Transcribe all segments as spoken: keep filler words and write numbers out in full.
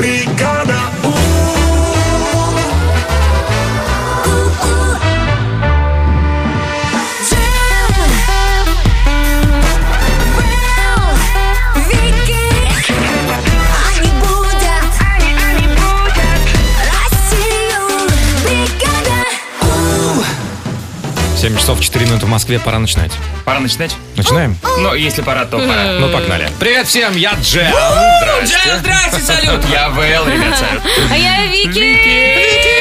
Бригада У. семь часов четыре минуты в Москве, пора начинать. Пора начинать? Начинаем? Ну, если пора, то пора. Ну, погнали. Привет всем, я Джем. Джем, здрасте, салют. Я ВЛ, ребят, салют. А я Вики.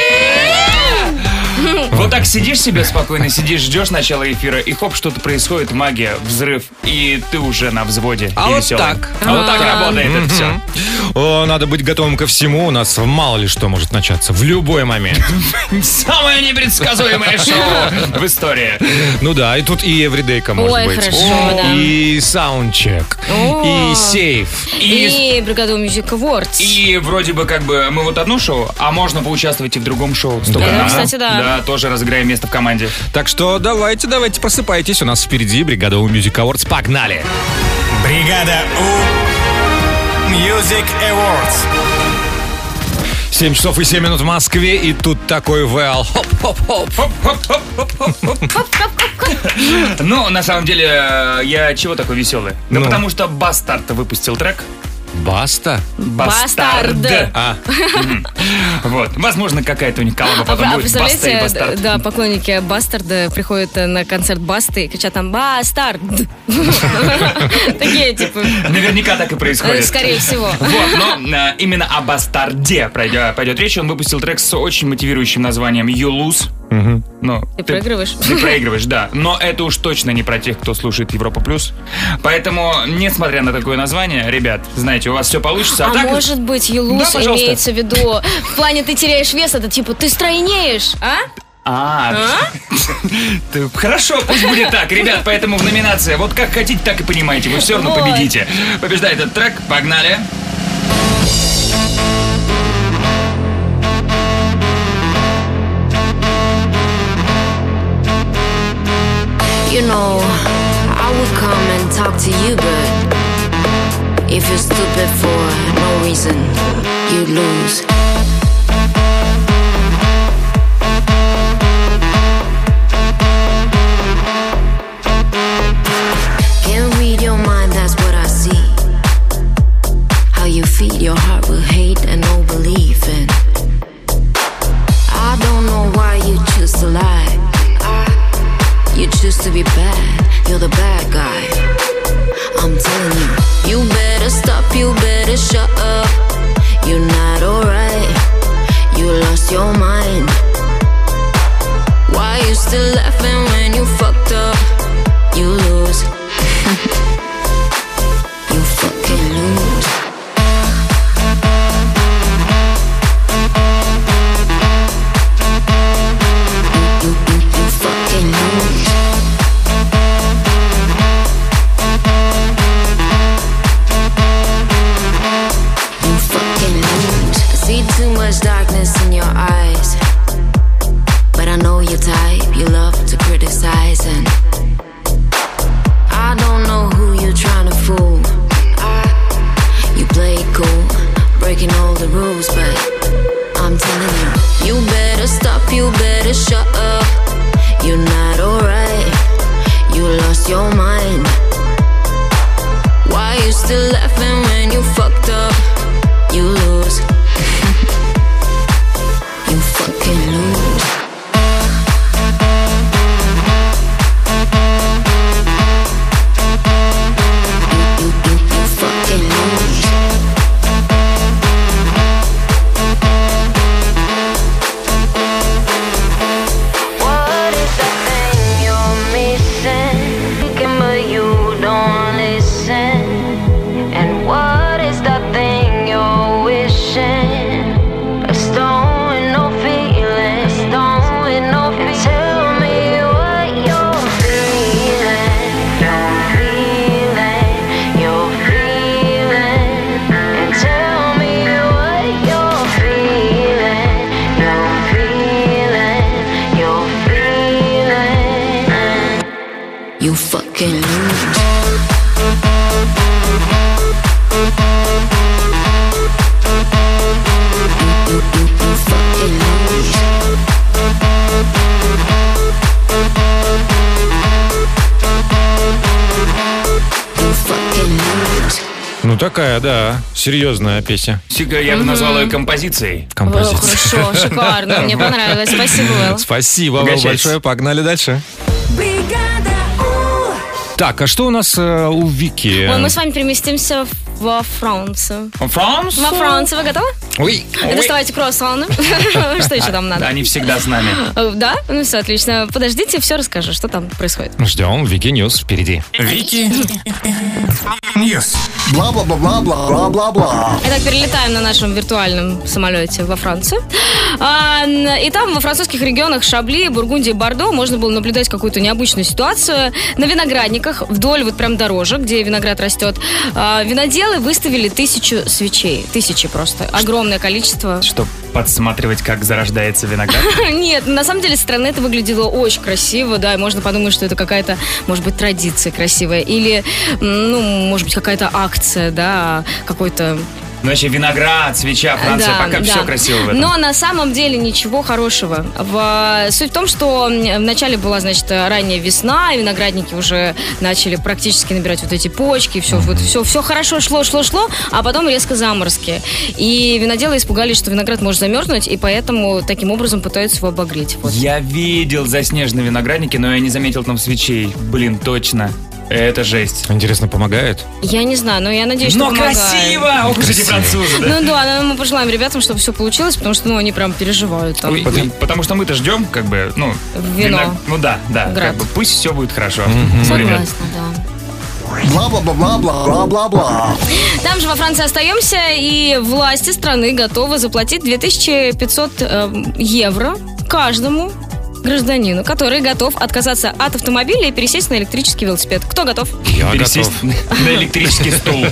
Вот так сидишь себе спокойно, сидишь, ждешь начала эфира, и хоп, что-то происходит, магия, взрыв, и ты уже на взводе. А и вот веселый. так. А вот так работает это все. О, надо быть готовым ко всему, у нас мало ли что может начаться в любой момент. Самое непредсказуемое шоу в истории. Ну да, и тут и эвридейка может Ой, быть. хорошо, да. И саундчек. И сейф. И, И Бригада Music Awards. и вроде бы как бы мы вот одно шоу, а можно поучаствовать и в другом шоу. Столько Да, нам. кстати, да. Да, тоже разыграем место в команде. Так что давайте, давайте, просыпайтесь. У нас впереди Бригада У Music Awards. Погнали! Бригада У Music Awards. семь часов и семь минут в Москве, и тут такой вэл. Хоп-хоп-хоп. Ну, на самом деле, я чего такой веселый? Да Ну. потому что Бастард выпустил трек. Баста? Бастард. А, Вот. Возможно, какая-то у них коллаба потом А будет. Баста и представляете, Бастард. да, поклонники Бастарда приходят на концерт Басты и кричат там «Бастард». Такие, типа, Наверняка так и происходит. скорее всего. Вот, но э, именно о Бастарде пройдет, пойдет речь. Он выпустил трек с очень мотивирующим названием «You Lose». Ну, Ты проигрываешь? Ты проигрываешь, да. Но это уж точно не про тех, кто слушает Европа Плюс. Поэтому, несмотря на такое название, ребят, знаете, у вас все получится. А так... может быть, Да, Юлус пожалуйста. имеется в виду в плане ты теряешь вес, это типа ты стройнеешь, а? А, ты- хорошо, пусть будет так, ребят, поэтому в номинации вот как хотите, так и понимаете, вы все равно Вот. победите. Побеждает этот трек, погнали. You know, I would come and talk to you, but if you're stupid for no reason, you'd lose. Can't read your mind, that's what I see. How you feed your heart with hate and no belief in. I don't know why you choose to lie. You choose to be bad, you're the bad guy. I'm telling you, you better stop, you better shut up. You're not alright, you lost your mind. Why you still laughing when you fucked up? You lose. You fucking lose. You, you, you fucking lose. You fucking lose. I see too much darkness in your eyes, but I know your type. You love to criticize, and I don't know who you're trying to fool. You play it cool, breaking all the rules, but I'm telling you, you better stop, you better shut up. You're not alright, you lost your mind. Why you still laughing when you fucked up? You lose. You fucking lose. You, you, you fucking lose. What is that thing you're missing? Thinking but you don't listen. And what is that thing you're Ну, такая, да, серьезная песня. Сика, я бы назвал ее композицией. О, Композиция. хорошо, шикарно, мне понравилось. Спасибо, Вэл. Спасибо вам Угощайтесь. большое. Погнали дальше. Бригада У. Так, а что у нас э, у Вики? Ой, мы с вами переместимся во Францию. Франс? Во Францию, вы готовы? Ой, Доставайте круассаны. Что еще там надо? Они всегда с нами. Да? Ну все, отлично. Подождите, все расскажу, что там происходит. ждем Вики Ньюс впереди. Вики Ньюс. Бла-бла-бла-бла-бла-бла-бла. Итак, перелетаем на нашем виртуальном самолете во Францию. А, и там во французских регионах Шабли, Бургундии, Бордо можно было наблюдать какую-то необычную ситуацию. На виноградниках вдоль вот прям дорожек, где виноград растет, а, виноделы выставили тысячу свечей. Тысячи просто. Огромное количество. Чтобы подсматривать, как зарождается виноград. Нет, на самом деле со стороны это выглядело очень красиво, да, и можно подумать, что это какая-то, может быть, традиция красивая, или, ну, может быть, какая-то акция, да, какой-то... Ну, вообще, виноград, свеча, Франция, Да, пока да. все красиво в этом. Но на самом деле ничего хорошего. В... Суть в том, что вначале была, значит, ранняя весна, и виноградники уже начали практически набирать вот эти почки, все, вот, все, все хорошо шло, шло, шло, а потом резко заморозки. И виноделы испугались, что виноград может замерзнуть, и поэтому таким образом пытаются его обогреть. Вот. Я видел заснеженные виноградники, но я не заметил там свечей. Блин, точно. Это жесть. Интересно, помогает? Я не знаю, но я надеюсь, Но что помогает. красиво! Ох уж эти французы, да? Ну да, но мы пожелаем ребятам, чтобы все получилось, потому что, ну, они прям переживают там. Ой, ой, потому что мы-то ждем, как бы, ну... Вино. вино- Ну да, да. Град. Как бы, пусть все будет хорошо. Согласна, Ребят. да. Бла-бла-бла-бла-бла-бла-бла. Там же во Франции остаемся, и власти страны готовы заплатить две тысячи пятьсот э, евро каждому гражданину, который готов отказаться от автомобиля и пересесть на электрический велосипед. Кто готов? Я Пересесть готов. на электрический стул.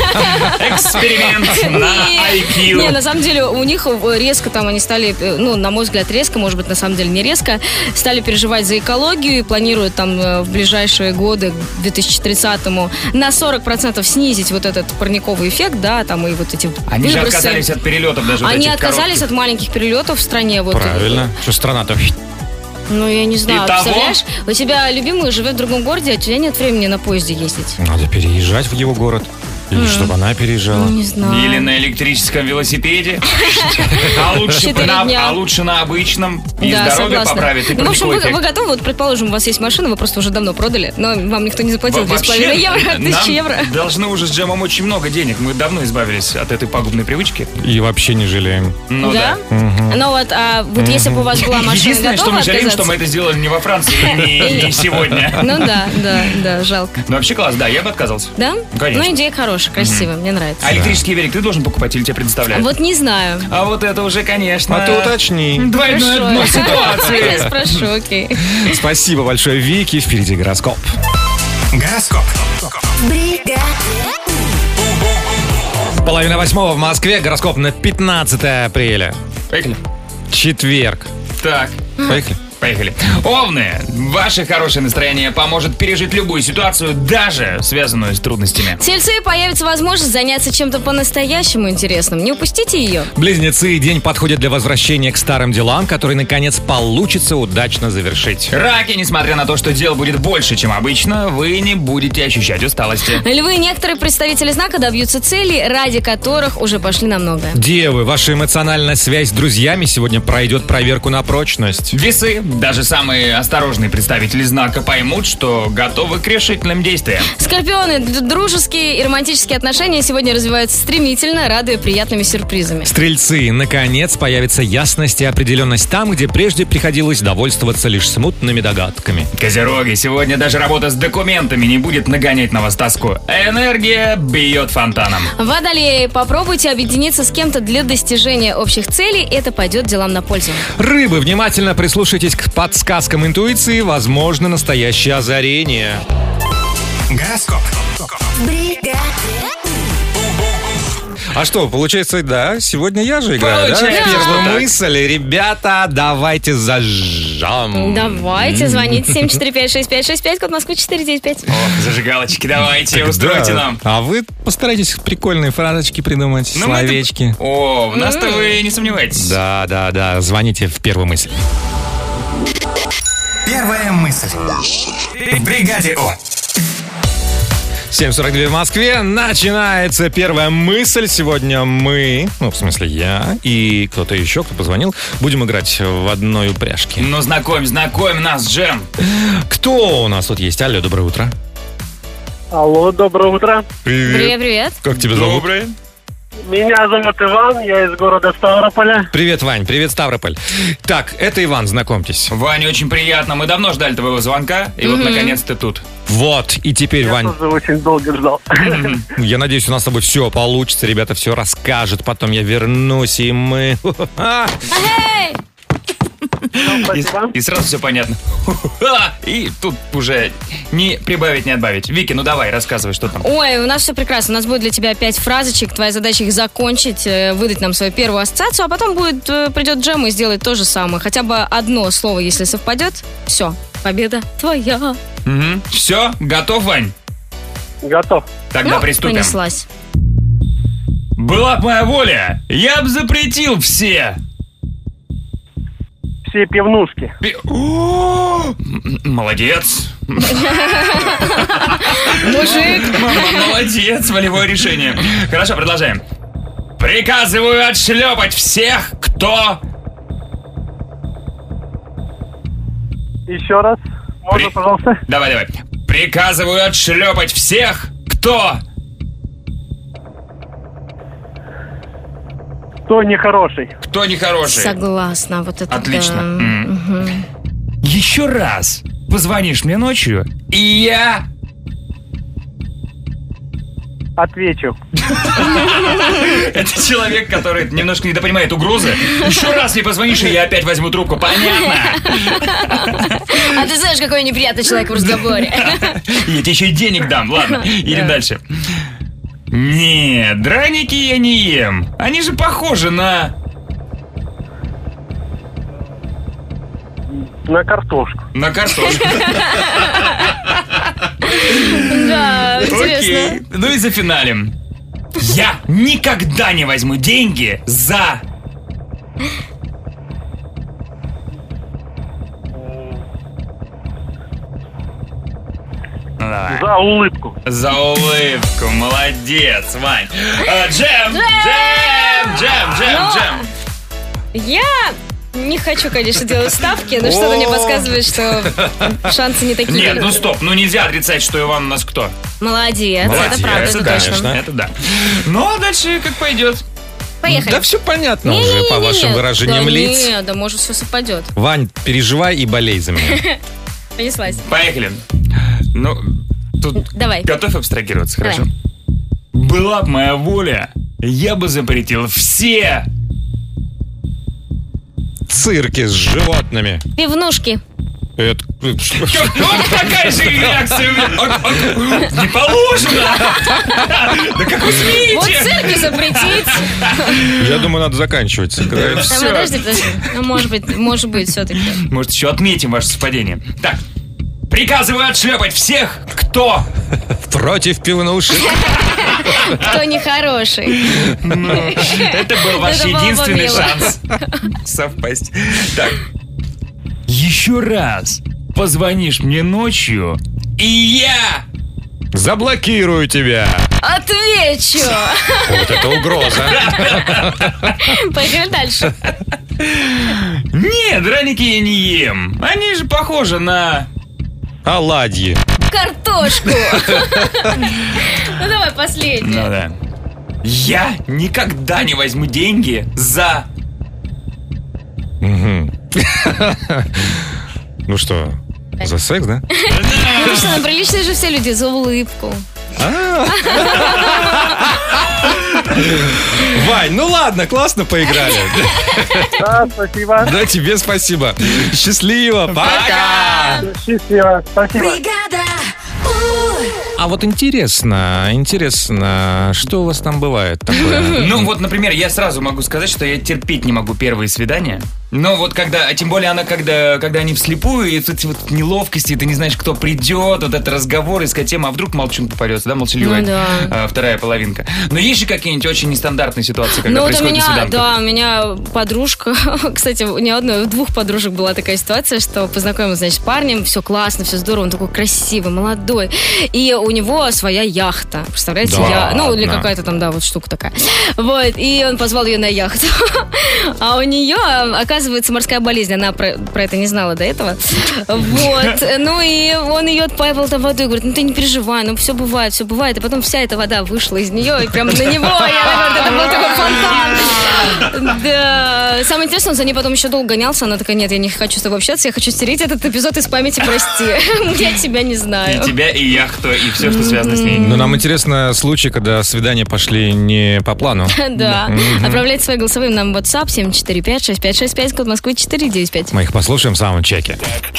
Эксперимент на ай кью. Не, на самом деле у них резко там они стали, э, ну, на мой взгляд, резко, может быть, на самом деле не резко, стали переживать за экологию и планируют там э, в ближайшие годы, к две тысячи тридцатому, на сорок процентов снизить вот этот парниковый эффект, да, там и вот эти Они же выбросы. отказались от перелетов даже вот Они этих отказались коротких. от маленьких перелетов в стране. Вот. Правильно. Что страна-то... Ну, я не знаю, Итого? представляешь, у тебя любимый живет в другом городе, а у тебя нет времени на поезде ездить. Надо переезжать в его город. Или чтобы она переезжала. Ну, не знаю. Или на электрическом велосипеде. А лучше, Четыре на, дня. а лучше на обычном. И Да, здоровье согласна. поправит, и Ну, в общем, вы, парниковый вы эффект. готовы, вот, предположим, у вас есть машина, вы просто уже давно продали, но вам никто не заплатил две с половиной евро, тысячи нам евро. должны уже с Джемом очень много денег. Мы давно избавились от этой пагубной привычки. И вообще не жалеем. Ну да. Ну вот, а вот если бы у вас была машина Единственное, что готова мы жалеем, что отказаться... мы это сделали не во Франции и не, не сегодня. Ну да, да, да, жалко. Ну вообще класс, да, я бы отказался. Да? Конечно. Ну, идея хорошая, красивая, мне нравится. А электрический велик ты должен покупать или тебе предоставляют? Вот не знаю. А вот это уже, конечно... А ты уточни. Двойное дно Я ситуации. спрошу, окей. Спасибо большое, Вики. Впереди гороскоп. Гороскоп. Половина восьмого в Москве. Гороскоп на пятнадцатое апреля. Поехали. Четверг. Так, Поехали. поехали. Овны, ваше хорошее настроение поможет пережить любую ситуацию, даже связанную с трудностями. Тельцы, появится возможность заняться чем-то по-настоящему интересным. Не упустите ее. Близнецы, день подходит для возвращения к старым делам, которые, наконец, получится удачно завершить. Раки, несмотря на то, что дел будет больше, чем обычно, вы не будете ощущать усталости. Львы, некоторые представители знака добьются целей, ради которых уже пошли на многое. Девы, ваша эмоциональная связь с друзьями сегодня пройдет проверку на прочность. Весы, даже самые осторожные представители знака поймут, что готовы к решительным действиям. Скорпионы, д- дружеские и романтические отношения сегодня развиваются стремительно, радуя приятными сюрпризами. Стрельцы, наконец появится ясность и определенность там, где прежде приходилось довольствоваться лишь смутными догадками. Козероги, сегодня даже работа с документами не будет нагонять на вас тоску. Энергия бьет фонтаном. Водолеи, попробуйте объединиться с кем-то для достижения общих целей, это пойдет делам на пользу. Рыбы, внимательно прислушайтесь к подсказкам интуиции, возможно настоящее озарение. Гороскоп. А что, получается, да, сегодня я же играю, да? Получается, Первая так. мысль, ребята, давайте зажжем. Давайте, звоните семь четыре пять шесть пять шесть пять, код Москвы четыре девять пять. О, зажигалочки, давайте, Так устройте да. нам. А вы постарайтесь прикольные фразочки придумать, Ну, мы-то- словечки. О, в нас-то вы не сомневайтесь. Да, да, да, звоните в первую мысль. Первая мысль. В бригаде У. семь сорок два в Москве. Начинается первая мысль. Сегодня мы, ну, в смысле я и кто-то еще, кто позвонил, будем играть в одной упряжке. Ну, знакомь, знакомь нас, Джем. Кто у нас тут есть? Алло, доброе утро. Алло, доброе утро. Привет. Привет, привет. Как тебя зовут? Добрый. Меня зовут Иван, я из города Ставрополя. Привет, Вань, привет, Ставрополь. Так, это Иван, знакомьтесь. Ваня, очень приятно. Мы давно ждали твоего звонка, и вот наконец ты тут. Вот, и теперь, Я Вань, тоже очень долго ждал. я надеюсь, у нас с тобой все получится. Ребята все расскажут, потом я вернусь, и мы... Эй! И, Спасибо. и сразу все понятно. И тут уже не прибавить, не отбавить. Вики, ну давай, рассказывай, что там. Ой, у нас все прекрасно. У нас будет для тебя пять фразочек. Твоя задача их закончить, э, выдать нам свою первую ассоциацию, а потом будет, э, придет Джем и сделает то же самое. Хотя бы одно слово, если совпадет, все, победа твоя. Угу. Все, готов, Вань? Готов. Тогда Ну, приступим. понеслась. Была б моя воля, я бы запретил все. Все пивнушки. Пи- О, м- Молодец. Мужик. М- Молодец, волевое решение. Хорошо, продолжаем. Приказываю отшлепать всех, кто... Еще раз. Можно, При- пожалуйста? Давай, давай. Приказываю отшлепать всех, кто... Кто нехороший? Кто нехороший. Согласна, вот это Отлично. да. М. Мгм. Еще раз позвонишь мне ночью, и я... Отвечу. Это человек, который немножко недопонимает угрозы. Еще раз не позвонишь, и я опять возьму трубку. Понятно? А ты знаешь, какой неприятный человек в разговоре. Я тебе еще и денег дам. Ладно, едем дальше. Нет, драники я не ем. Они же похожи на... На картошку. На картошку. Да, интересно. Окей. Ну и зафиналим. Я никогда не возьму деньги за... Ну давай. За улыбку. За улыбку, молодец, Вань. А, Джем, джем, джем, джем, Но джем. Я не хочу, конечно, делать ставки, но что-то мне подсказывает, что шансы не такие. Нет, ну стоп, ну нельзя отрицать, что Иван у нас кто? Молодец, Молодец, это правда, это да, точно. конечно. Это да. Ну а дальше как пойдет. Поехали. Да все понятно уже Не-не-не-не. по вашим выражениям да лиц. Нет, да может все совпадет. Вань, переживай и болей за меня. Понеслась. Поехали. Ну, тут Давай. готов абстрагироваться, Давай. хорошо? Была б моя воля, я бы запретил все. Цирки с животными. Пивнушки. Это... Вот такая же реакция. Не положено. Да как вы Вот смеете? цирки запретить. Я думаю, надо заканчивать. сыграть. Да, Всё. подожди, подожди. Ну, может быть, может быть, все-таки. Может, еще отметим ваше совпадение. Так, приказываю отшлепать всех, кто... Против пивнушек. Кто нехороший. Это был ваш Это было бы единственный мило. шанс совпасть. Так, еще раз позвонишь мне ночью, и я... Заблокирую тебя. Отвечу. Вот это угроза. Поехали дальше. Нет, драники я не ем. Они же похожи на... Оладьи. Картошку. Ну давай, последний. Ну да. Я никогда не возьму деньги за... Ну что, за секс, да? Ну что, ну приличные же все люди за улыбку. Вань, ну ладно, классно поиграли. Да, спасибо. Да, тебе спасибо. Счастливо, пока. Счастливо. Спасибо. А вот интересно, интересно, что у вас там бывает такое? Ну вот, например, я сразу могу сказать, что я терпеть не могу первые свидания. Ну вот когда, а тем более она, когда, когда они вслепую, и эти вот неловкости, ты не знаешь, кто придет, вот этот разговор, искать тему, а вдруг молчун попадется, да, молчаливая Ну да. а, вторая половинка. Но есть же какие-нибудь очень нестандартные ситуации, когда Ну вот у происходит меня, свиданка? да, у меня подружка, кстати, у нее одной, у двух подружек была такая ситуация, что познакомилась, значит, с парнем, все классно, все здорово, он такой красивый, молодой, и у него своя яхта, представляете, Да я, ну или ладно. какая-то там, да, вот штука такая, вот, и он позвал ее на яхту, а у нее, оказывается, морская болезнь, она про, про это не знала до этого, вот, ну и он ее отпаивал там водой, говорит, ну ты не переживай, ну все бывает, все бывает, и потом вся эта вода вышла из нее, и прямо на него, я говорю, это был такой фонтан. Да. Самое интересное, он за ней потом еще долго гонялся. Она такая, нет, я не хочу с тобой общаться, я хочу стереть этот эпизод из памяти, прости. Я тебя не знаю. И тебя, и яхту, и все, что связано с ней. Но нам интересно случай, когда свидания пошли не по плану. Да. Отправляйте свои голосовые нам в WhatsApp семь четыре пять шесть пять шесть пять, код Москвы четыре девять пять. Мы их послушаем в саундчеке.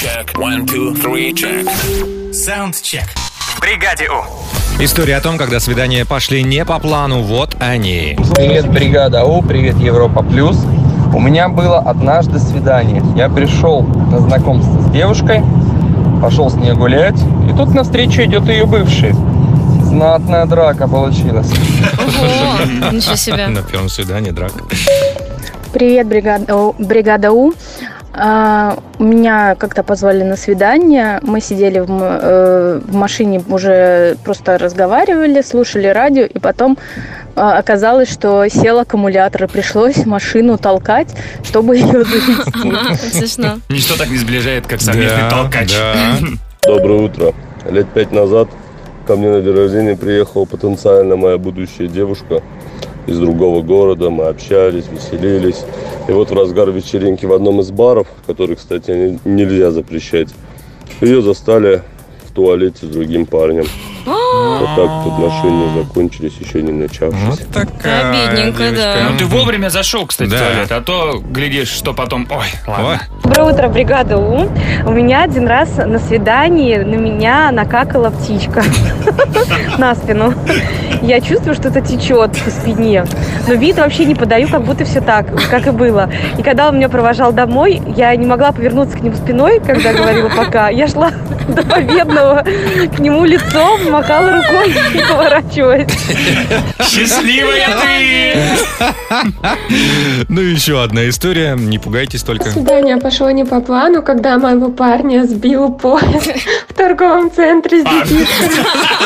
Саундчек. В бригаде У. История о том, когда свидания пошли не по плану, вот они. Привет, бригада У, привет, Европа Плюс. У меня было однажды свидание. Я пришел на знакомство с девушкой, пошел с ней гулять, и тут навстречу идет ее бывший. Знатная драка получилась. Ого, ничего себе. На первом свидании драка. Привет, бригада, У- бригада У. А, меня как-то позвали на свидание. Мы сидели в, м- э, в машине, уже просто разговаривали, слушали радио, и потом а, оказалось, что сел аккумулятор, и пришлось машину толкать, чтобы ее завести. Смешно. Ничто так не сближает, как совместный толкач. да. Доброе утро. Лет пять назад ко мне на день рождения приехала потенциально моя будущая девушка из другого города. Мы общались, веселились. И вот в разгар вечеринки в одном из баров, который, кстати, не- нельзя запрещать, ее застали в туалете с другим парнем. Вот так вот отношения закончились, еще не начавшись. Вот такая Обидненько, девочка. да. Ну ты вовремя зашел, кстати, Да. в туалет, а то, глядишь, что потом... Ой, ладно. Ой. Доброе утро, бригада У. У меня один раз на свидании на меня накакала птичка на спину. Я чувствую, что это течет по спине. Но вид вообще не подаю, как будто все так, как и было. И когда он меня провожал домой, я не могла повернуться к нему спиной, когда говорила пока. Я шла до победного к нему лицом, махала рукой и поворачиваясь. Счастливая ты! Ну и еще одна история. Не пугайтесь только. Свидание пошло не по плану, когда моего парня сбил поезд в торговом центре с детишками.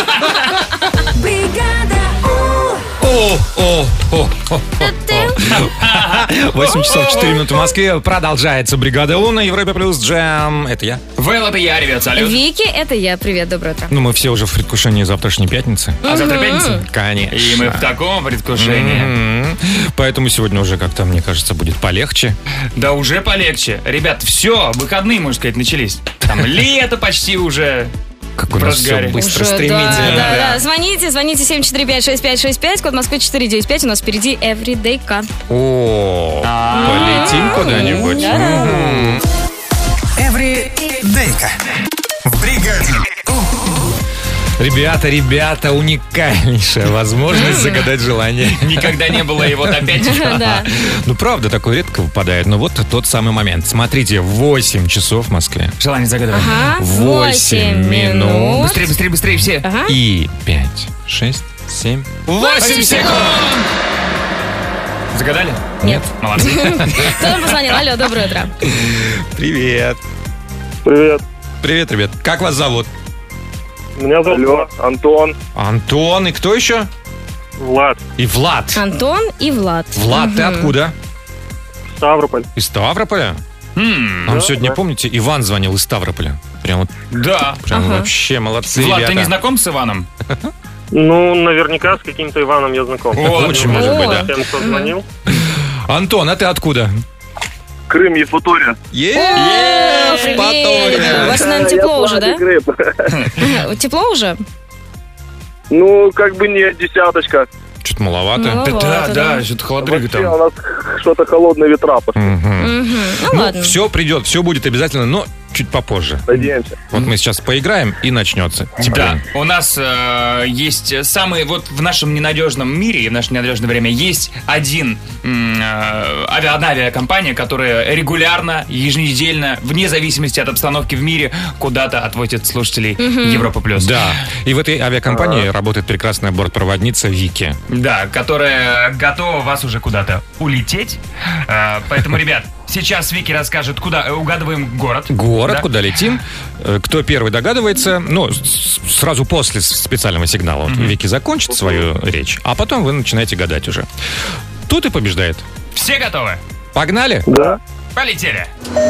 Бригада У. О, о, о, о, о. восемь часов четыре минуты в Москве. Продолжается бригада У на Европе плюс Джем. Это я. Вэл, это я, ребят, салют. Вики, это я. Привет, доброе утро. Ну, мы все уже в предвкушении завтрашней пятницы. А завтра пятница? Конечно. И мы в таком предвкушении. Мгм. Поэтому сегодня уже как-то, мне кажется, будет полегче. Да уже полегче. Ребят, все, выходные, можно сказать, начались. Там лето почти уже. Как у В нас все разгаре. быстро, Уже, стремительно. Да, да, да. Звоните, звоните семь четыре пять шесть пять шесть пять, код Москвы четыре девять пять. У нас впереди Everyday Car. О, полетим куда-нибудь. Да-да. Мгм. Эвридейка. В бригаде У. Ребята, ребята, уникальнейшая возможность загадать желание. Никогда не было, и вот опять. Да. Ну, правда, такое редко выпадает. Но вот тот самый момент. Смотрите, восемь часов в Москве. Желание загадывать. Ага. Восемь минут. Быстрее, быстрее, быстрее все. Ага. И пять, шесть, семь. Восемь секунд! Загадали? Нет. Молодцы. Кто нам позвонил? Алло, доброе утро. Привет. Привет. Привет, ребят. Как вас зовут? Меня зовут Антон. Антон. И кто еще? Влад. И Влад. Антон и Влад. Влад, ты Мгм. откуда? Ставрополь. Из Ставрополя? М, Нам Да, сегодня, да. помните, Иван звонил из Ставрополя. Прям вот, Да. прям Ага. вообще молодцы, Влад, ребята. ты не знаком с Иваном? Ну, наверняка с каким-то Иваном я знаком. Вот. Очень может быть, да. Тем, кто звонил. Антон, а ты откуда? Крым, Евпатория. О, привет. У вас, наверное, тепло уже, да? Тепло уже? Ну, как бы не десяточка. Что-то маловато. Ну, Да, да, вот, да, что-то холодрыга Вообще там. у нас что-то холодные ветра пошли. Мгм. Мгм. Ну, Ну, ладно. все придет, все будет обязательно, но чуть попозже. Надеемся. Вот мы сейчас поиграем и начнется. Да, у нас э, есть самый, вот в нашем ненадежном мире и в наше ненадежное время есть один, э, авиа, одна авиакомпания, которая регулярно, еженедельно, вне зависимости от обстановки в мире, куда-то отвозит слушателей mm-hmm. Европа Плюс. Да, и в этой авиакомпании А-а-а. работает прекрасная бортпроводница Вики. Да, которая готова вас уже куда-то улететь. Э, поэтому, ребят, сейчас Вики расскажет, куда угадываем город. Город, да? Куда летим. Кто первый догадывается, ну, сразу после специального сигнала. Вот mm-hmm. Вики закончит свою речь, а потом вы начинаете гадать уже. Тут и побеждает. Все готовы? Погнали? Да. Полетели.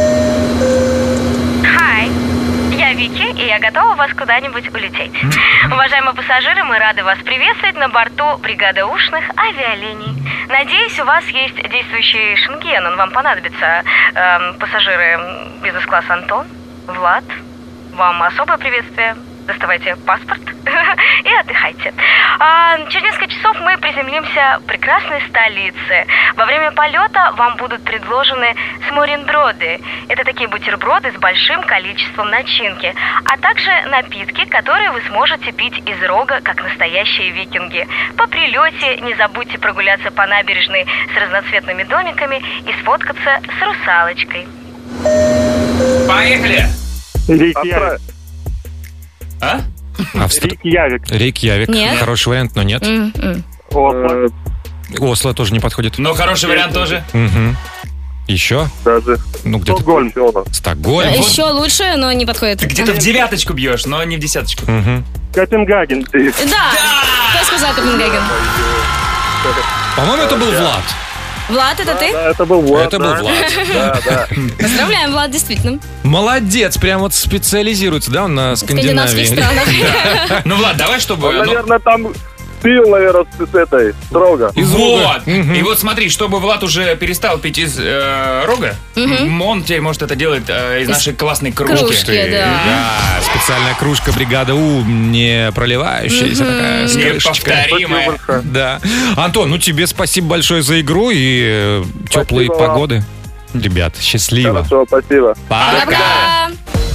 Hi. Я Вики, и я готова вас куда-нибудь улететь. Уважаемые пассажиры, мы рады вас приветствовать на борту бригады ушных авиалиний. Надеюсь, у вас есть действующий шенген, он вам понадобится. Эм, пассажиры бизнес-класс Антон, Влад, вам особое приветствие. Доставайте паспорт и отдыхайте. А через несколько часов мы приземлимся в прекрасной столице. Во время полета вам будут предложены сморендроды. Это такие бутерброды с большим количеством начинки, а также напитки, которые вы сможете пить из рога, как настоящие викинги. По прилете не забудьте прогуляться по набережной с разноцветными домиками и сфоткаться с русалочкой. Поехали! Рейкьявик. А? Австр... Рейкьявик. Рейкьявик. Нет. Хороший вариант, но нет. М-м. Осло. Осло тоже не подходит. Но хороший вариант тоже. Угу. Еще? Даже. Ну, где-то... Стокгольм. Стокгольм. Еще лучше, но не подходит. Ты где-то в девяточку бьешь, но не в десяточку. Угу. Копенгаген. Да. Кто сказал Копенгаген? По-моему, это был Влад. Влад, это ты? Да, это был Влад. Это был Влад. Да, да. Поздравляем, Влад, действительно. Молодец, прям вот специализируется, да, он на Скандинавии. В скандинавских странах. Ну, Влад, давай, чтобы... Он, наверное, там пил, наверное, с этой, с рога. Из Вот. рога. Мгм. И вот смотри, чтобы Влад уже перестал пить из э, рога, он теперь может это делать э, из Из нашей классной кружки. кружки, да. Да, специальная кружка бригада У, не проливающаяся такая, с крышечкой. Неповторимая. Да. Антон, ну тебе спасибо большое за игру и э, теплые Спасибо вам. погоды. Ребят, счастливо. Хорошо, спасибо. Пока. Пока.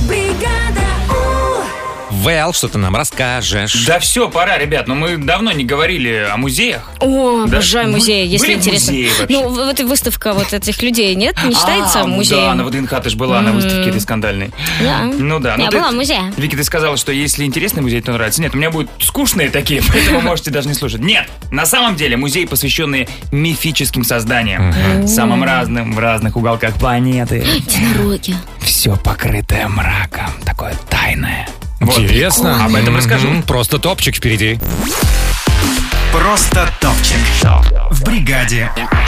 Вэл, что ты нам расскажешь? Да все, пора, ребят. Но мы давно не говорили о музеях. О, Да. обожаю музеи, если Были интересно. музеи вообще? Ну, вот и выставка вот этих людей, нет? Не считается А, музеем? Да, на ВДНХ ты же была на выставке этой скандальной. Да. Ну да. ну Я ты- была в музее. Вики, ты сказала, что если интересный музей, то нравится. Нет, у меня будут скучные такие, поэтому можете даже не слушать. Нет, на самом деле музей, посвященный мифическим созданиям. Самым разным в разных уголках планеты. Единороги. Все покрытое мраком, такое тайное. Вот. Интересно. Об этом расскажу. М, Просто топчик впереди. Просто топчик. В бригаде.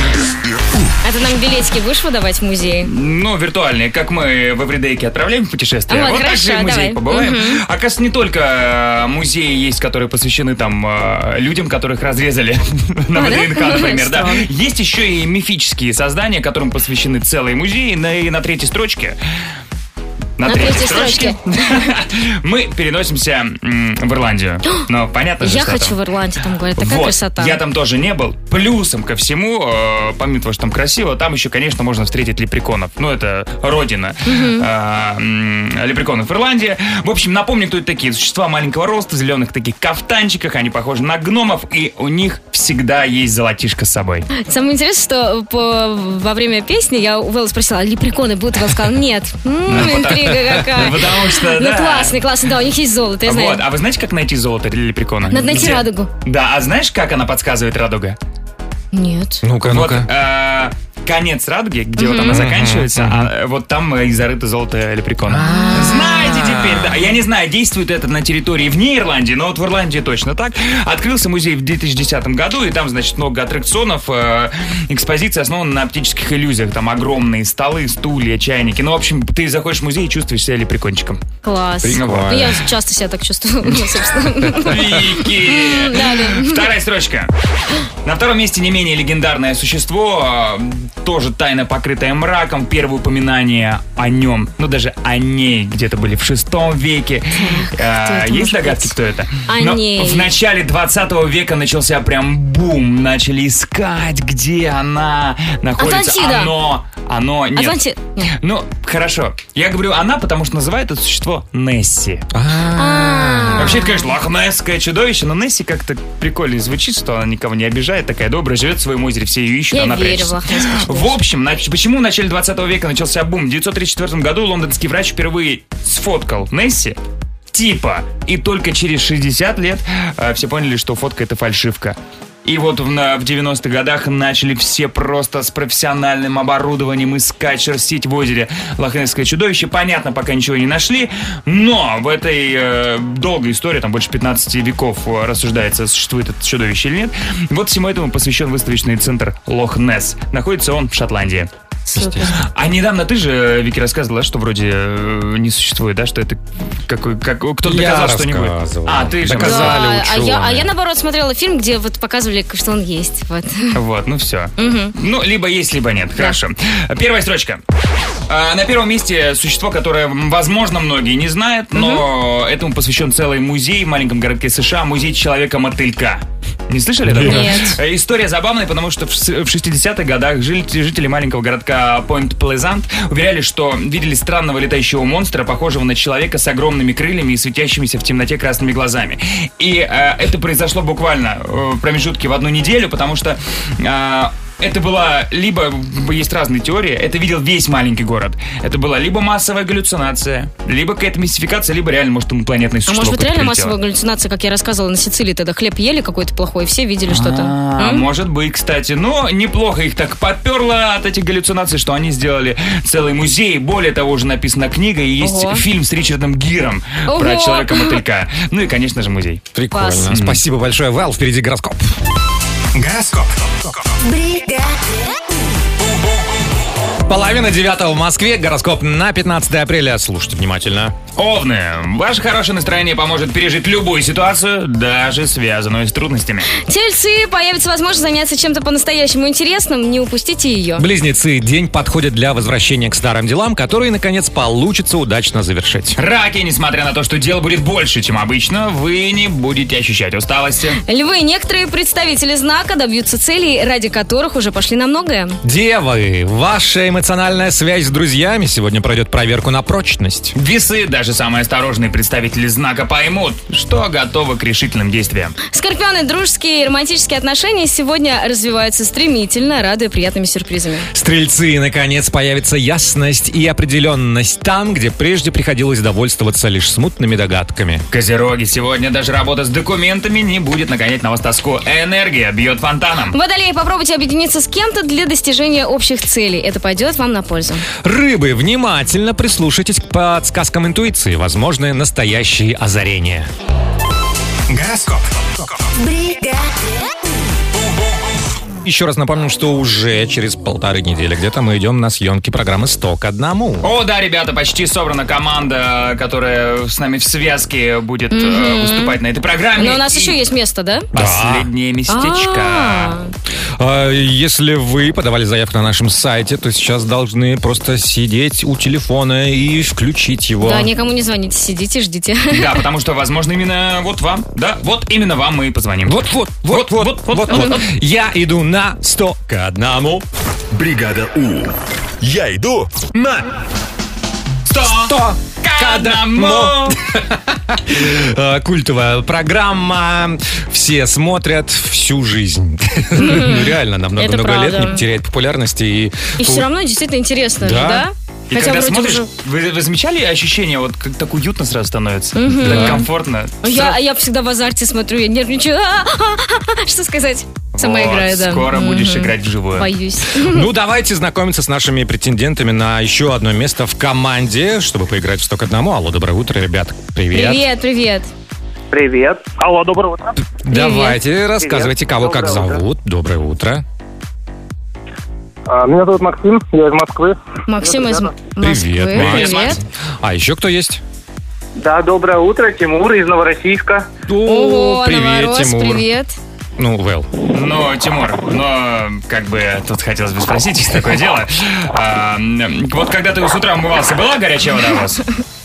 А ты нам билетики будешь выдавать в музей? Ну, виртуальные, как мы в Эвридейке отправляем в путешествие. А, вот так хорошо, же и в музей давай. побываем. Мгм. Оказывается, не только э, музеи есть, которые посвящены там э, людям, которых разрезали на А, да? ВДНХ, например. Да. Странно. Есть еще и мифические создания, которым посвящены целые музеи. На- И на третьей строчке на, На третьей третьей строчке мы переносимся м, в Ирландию. Но понятно же, Я что хочу там. в Ирландии, там говорят, такая Вот, красота. я там тоже не был. Плюсом ко всему, э, помимо того, что там красиво, там еще, конечно, можно встретить лепреконов. Ну, это родина э, м, лепреконов Ирландии. В общем, напомню, кто это такие. Существа маленького роста, в зеленых таких кафтанчиках, они похожи на гномов, и у них всегда есть золотишко с собой. Самое интересное, что по- во время песни я у Вэлла спросила, а лепреконы будут? Вэлл сказал, нет. М, Интрига какая. Потому что, Ну да. классный, классный, да, у них есть золото, я знаю. Вот. А вы знаете, как найти золото для лепрекона? Надо найти Где? радугу. Да, а знаешь, как она подсказывает радуга? Нет. Ну-ка, Вот, ну-ка. э, конец радуги, где вот Мгм. она заканчивается, а вот там э, и зарыто золото лепрекона. Знаете теперь, да. Я не знаю, действует это на территории вне Ирландии, но вот в Ирландии точно так. Открылся музей в две тысячи десятом году, и там, значит, много аттракционов. э, Экспозиция основана на оптических иллюзиях. Там огромные столы, стулья, чайники. Ну, в общем, ты заходишь в музей и чувствуешь себя лепрекончиком. Класс. Прикольно. Ну, я часто себя так чувствую, ну, собственно. Вики! Да, да. Вторая строчка. На втором месте не менее легендарное существо, э, тоже тайно покрытое мраком. Первые упоминания о нем, ну даже о ней, где-то были в шестом веке. Э, это Есть может догадки, быть? кто это? О Но ней. в начале двадцатого века начался прям бум. Начали искать, где она находится. Атлантида. Оно оно... Нет. Атланти... Нет. Ну, хорошо. Я говорю она, потому что называют это существо Несси. А. Вообще, это, конечно, лохнесское чудовище, но Несси как-то прикольно звучит, что она никого не обижает, такая добрая, живет в своем озере, все ее ищут, Я она верю в прячется. лохнесское чудовище. В общем, нач- почему в начале двадцатого века начался бум? В девятьсот тридцать четвёртом году лондонский врач впервые сфоткал Несси, типа, и только через шестьдесят лет э, все поняли, что фотка — это фальшивка. И вот в, на, в девяностых годах начали все просто с профессиональным оборудованием искать, шерстить в озере лохнесское чудовище. Понятно, пока ничего не нашли, но в этой э, долгой истории, там больше пятнадцати веков э, рассуждается, существует это чудовище или нет. Вот всему этому посвящен выставочный центр Лох-Несс. Находится он в Шотландии. Супер. А недавно ты же, Вики, рассказывала, что вроде э, не существует, да, что это какой, как, кто-то Я доказал, что не будет. рассказывал. А, ты же Доказали Да, а, я, а ученые. я, наоборот, смотрела фильм, где вот показывали, что он есть. Вот. Вот, ну все. Мгм. Ну, либо есть, либо нет. Хорошо. Первая строчка. А, На первом месте существо, которое, возможно, многие не знают, но этому посвящен целый музей в маленьком городке США, музей Человека-мотылька. Не слышали такое? Нет. Э, История забавная, потому что в с- в шестидесятых годах житель- жители маленького городка Пойнт-Плезант уверяли, что видели странного летающего монстра, похожего на человека с огромными крыльями и светящимися в темноте красными глазами. И э, это произошло буквально э, в промежутке в одну неделю, потому что э, это была либо, есть разные теории, это видел весь маленький город. Это была либо массовая галлюцинация, либо какая-то мистификация, либо реально, может, инопланетное А существо. может быть, какое-то реально прилетело. массовая галлюцинация, как я рассказывала, на Сицилии тогда хлеб ели какой-то плохой, все видели что-то. А, М? может быть, кстати. Но неплохо их так подперло от этих галлюцинаций, что они сделали целый музей. Более того, уже написана книга, и есть Ого. фильм с Ричардом Гиром Ого. про Человека-мотылька. Ну и, конечно же, музей. Прикольно. Класс. Спасибо большое, Вэл. Впереди гороскоп. Гороскоп. Половина девятого в Москве. Гороскоп на пятнадцатое апреля. Слушайте внимательно. Овны, ваше хорошее настроение поможет пережить любую ситуацию, даже связанную с трудностями. Тельцы, появится возможность заняться чем-то по-настоящему интересным, не упустите ее. Близнецы. День подходит для возвращения к старым делам, которые, наконец, получится удачно завершить. Раки, несмотря на то, что дел будет больше, чем обычно, вы не будете ощущать усталости. Львы, некоторые представители знака добьются целей, ради которых уже пошли на многое. Девы. Ваша эмоциональная связь с друзьями сегодня пройдет проверку на прочность. Весы, даже самые осторожные представители знака поймут, что готовы к решительным действиям. Скорпионы, дружеские и романтические отношения сегодня развиваются стремительно, радуя приятными сюрпризами. Стрельцы. Наконец появится ясность и определенность там, где прежде приходилось довольствоваться лишь смутными догадками. Козероги, сегодня даже работа с документами не будет нагонять на вас тоску. Энергия бьет фонтаном. Водолеи, попробуйте объединиться с кем-то для достижения общих целей. Это пойдет вам на пользу. Рыбы. Внимательно прислушайтесь к подсказкам интуиции. Возможны настоящие озарения. Гороскоп. Еще раз напомним, что уже через полторы недели где-то мы идем на съемки программы «сто к одному». О, да, ребята, почти собрана команда, которая с нами в связке будет э, Мгм. выступать на этой программе. Но у нас И еще есть место, да? Последнее местечко. А. А, Если вы подавали заявку на нашем сайте, то сейчас должны просто сидеть у телефона и включить его. Да, никому не звоните, сидите, ждите. Да, потому что, возможно, именно вот вам, да, вот именно вам мы и позвоним. Вот, вот, вот, вот, вот, вот. Я иду на сто к одному. Бригада У. Я иду на Сто к одному. Э, Культовая программа. Все смотрят всю жизнь. Ну, реально, нам Это много лет правда. не теряет популярности. И И все равно действительно интересно же, Да. да? И Хотя когда вроде смотришь, уже- вы, вы замечали ощущение, вот как так уютно сразу становится? Мгм. Так Да. комфортно. Я, я всегда в азарте смотрю, я нервничаю. А-а-а, Что сказать? Сама Вот, играю, да. скоро будешь Мгм. играть вживую. Боюсь. Ну, давайте знакомиться с нашими претендентами на еще одно место в команде, чтобы поиграть в сто к одному. Алло, доброе утро, ребят. Привет. Привет, привет. Привет. Алло, доброе утро. Давайте, рассказывайте, кого как Доброе утро. зовут. Доброе утро. А, меня зовут Максим, я из Москвы. Максим из М- Москвы. Привет, Макс. Привет. А еще кто есть? Да, доброе утро, Тимур из Новороссийска. Ого, привет, Новорос, Тимур. привет. Ну, Вэл. Ну, Тимур, но как бы тут хотелось бы спросить, есть такое дело. А, м, вот когда ты с утра умывался, была горячая вода у вас?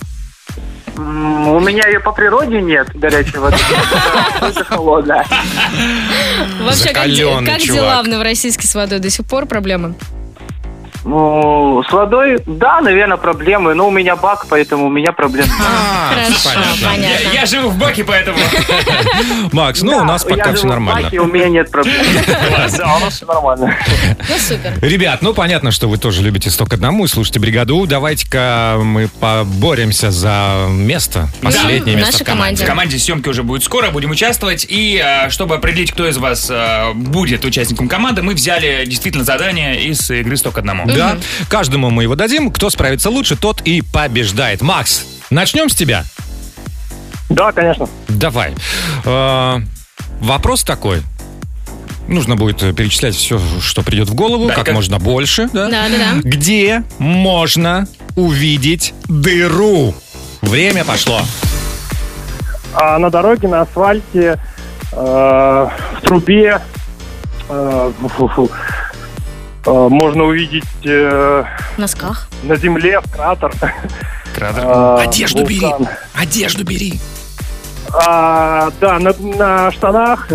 М, У меня ее по природе нет, горячей воды. Это холодная. Вообще, как, де- Закаленный как чувак. дела в Новороссийске с водой? До сих пор проблемы? Ну, с водой, да, наверное, проблемы, но у меня бак, поэтому у меня проблем нет. А, Хорошо, понятно. Я, я живу в баке, поэтому... Макс, ну Да, у нас я пока живу все в нормально. баке, у меня нет проблем. Да, у нас все нормально. Ну, супер. Ребят, ну понятно, что вы тоже любите сто к одному и слушаете «Бригаду». Давайте-ка мы поборемся за место, последнее в место нашей в команде. В команде съемки уже будет скоро, будем участвовать. И э, чтобы определить, кто из вас э, будет участником команды, мы взяли действительно задание из игры сто к одному. Да, каждому мы его дадим. Кто справится лучше, тот и побеждает. Макс, начнем с тебя. Да, конечно. Давай. Э, Вопрос такой. Нужно будет перечислять все, что придет в голову, Да, как, как- можно больше. Да? Да, да, да. Где можно увидеть дыру? Время пошло. А на дороге, на асфальте, э, в трубе э, фу-фу-фу, э, можно увидеть э, В носках. на земле кратер. Кратер. Э, Одежду бери. вулкан. Одежду бери. А, да, на, на штанах,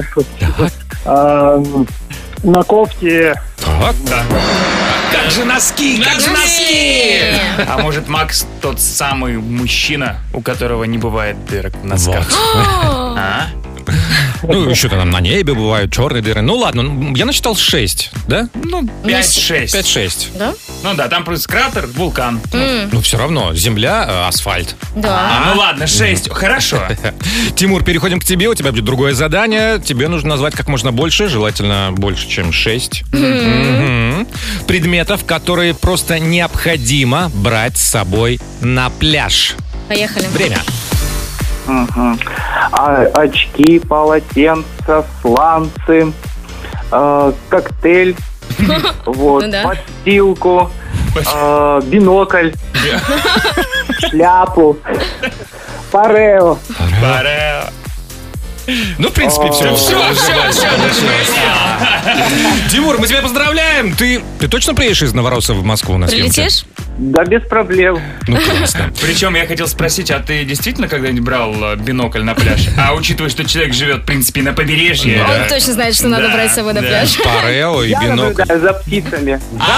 а, на кофте. Так. Да. Как же носки, как же носки! А может, Макс тот самый мужчина, у которого не бывает дырок в носках? А? Ну, еще там на небе бывают черные дыры. Ну ладно, ну, я насчитал шесть, да? Ну, пять-шесть. пять-шесть. Да? Ну да, там просто кратер, вулкан. М, Ну, все равно, земля, э, асфальт. Да. А, ну ладно, шесть. Хорошо. Тимур, переходим к тебе. У тебя будет другое задание. Тебе нужно назвать как можно больше, желательно больше, чем шесть. Мгм. Предметов, которые просто необходимо брать с собой на пляж. Поехали. Время. Мгм. А, очки, полотенца, сланцы, э, коктейль, вот, Ну да. подстилку, э, бинокль, шляпу, парео. Парео. Ну, в принципе, все. Все, все, все. Тимур, мы тебя поздравляем. Ты, ты точно приедешь из Новороссов в Москву на съемки? Прилетишь? Да без проблем. Ну, классно. Причем я хотел спросить, а ты действительно когда-нибудь брал э, бинокль на пляж? А учитывая, что человек живет, в принципе, на побережье... Ну, Он точно знает, что надо Да, брать с собой на да. пляж. Парео и Я бинокль. наблюдаю за птицами.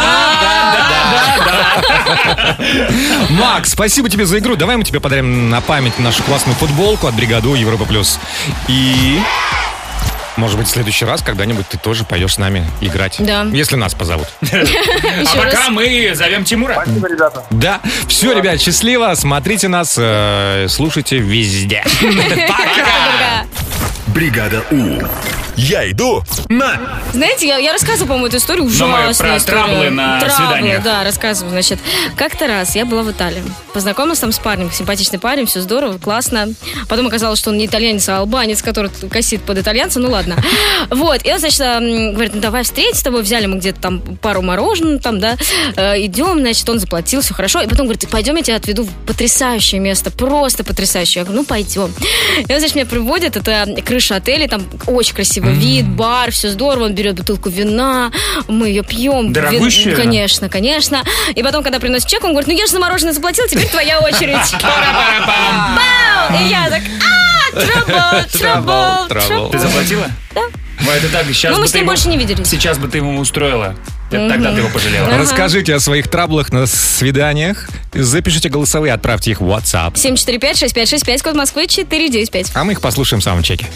Макс, спасибо тебе за игру. Давай мы тебе подарим на память нашу классную футболку от Бригаду Европа Плюс. И, может быть, в следующий раз когда-нибудь ты тоже пойдешь с нами играть. Да. Если нас позовут. А Еще пока раз. мы зовем Тимура. Спасибо, ребята. Да. Все, ребят, счастливо. Смотрите нас, э, слушайте везде. Пока. Бригада У. Я иду на... Знаете, я, я рассказывала, по-моему, эту историю, Но мы ужасную про историю. траблы на Траблы, свиданиях. да, рассказываю. Значит, как-то раз я была в Италии. Познакомилась там с парнем, симпатичный парень, все здорово, классно. Потом оказалось, что он не итальянец, а албанец, который косит под итальянца, ну ладно. Вот, и он, значит, м, говорит, ну давай встретимся с тобой, взяли мы где-то там пару мороженых, там, да, э, идем, значит, он заплатил, все хорошо. И потом говорит, пойдем, я тебя отведу в потрясающее место, просто потрясающее. Я говорю, ну пойдем. И он, значит, меня приводит, это крыша отеля, там очень красивый вид, бар, все здорово, он берет бутылку вина, мы ее пьем. Дорогущее? Вин- Конечно, конечно. И потом, когда приносит чек, он говорит, ну я же за мороженое заплатил, теперь твоя очередь. Бау! И я так, а, trouble, trouble, trouble. Ты заплатила? Да. Ну, это так, сейчас Ну, бы мы с ты ним ему- больше не виделись. Сейчас бы ты ему устроила. Это тогда ты его пожалела. Ага. Расскажите о своих траблах на свиданиях. Запишите голосовые, отправьте их в WhatsApp. семь четыре пять шесть пять шесть пять, код Москвы четыре девять пять. А мы их послушаем в саундчеке.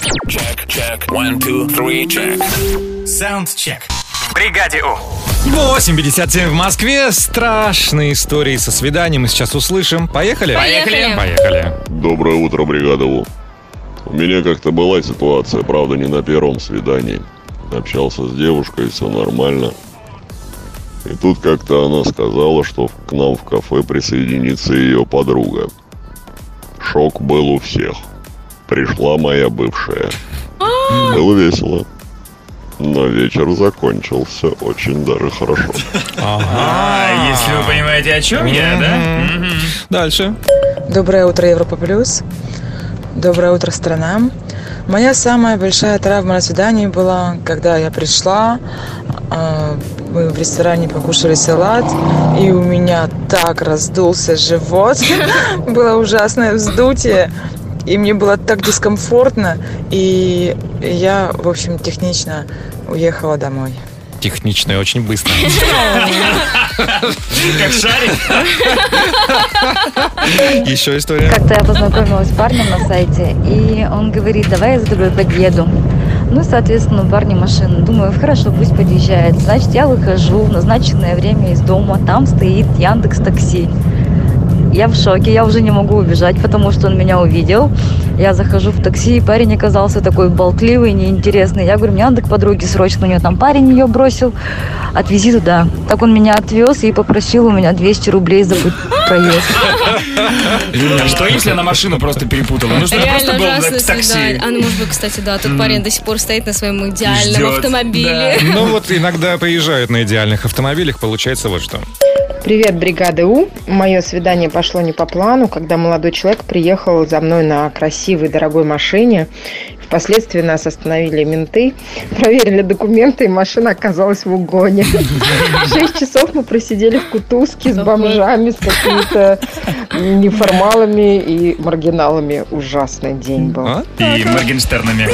Саундчек. В бригаде У. восемь пятьдесят семь в Москве. Страшные истории со свиданием мы сейчас услышим. Поехали? Поехали. Поехали. Доброе утро, бригада У. У меня как-то была ситуация, правда, не на первом свидании. Общался с девушкой, все нормально. И тут как-то она сказала, что к нам в кафе присоединится ее подруга. Шок был у всех. Пришла моя бывшая. Было весело. Но вечер закончился очень даже хорошо. А, если вы понимаете, о чем я, да? Мгм. Дальше. Доброе утро, Европа Плюс. Доброе утро, страна. Моя самая большая травма на свидании была, когда я пришла, а, мы в ресторане покушали салат, и у меня так раздулся живот. Было ужасное вздутие, и мне было так дискомфортно, и я, в общем, технично уехала домой. Технично и очень быстро. Как шарик. Еще история. Как-то я познакомилась с парнем на сайте, и он говорит, давай я за тобой подъеду. Ну, соответственно, у парня машина. Думаю, хорошо, пусть подъезжает. Значит, я выхожу в назначенное время из дома, там стоит Яндекс.Такси. Я в шоке, я уже не могу убежать, потому что он меня увидел. Я захожу в такси, и парень оказался такой болтливый, неинтересный. Я говорю, мне надо к подруге срочно, у нее там парень ее бросил, отвези туда. Так он меня отвез и попросил у меня двести рублей за проезд. А что, если она машину просто перепутала? Нужно просто было ужасное к такси. свидание. А ну, может быть, кстати, да, тот парень до сих пор стоит на своем идеальном Ждет, автомобиле. Ну вот иногда приезжают на идеальных автомобилях, получается вот что. Привет, бригада У. Мое свидание пошло не по плану, когда молодой человек приехал за мной на красивой, дорогой машине. Впоследствии нас остановили менты, проверили документы, и машина оказалась в угоне. Шесть часов мы просидели в кутузке с бомжами, с какими-то неформалами и маргиналами. Ужасный день был. И Моргенштернами.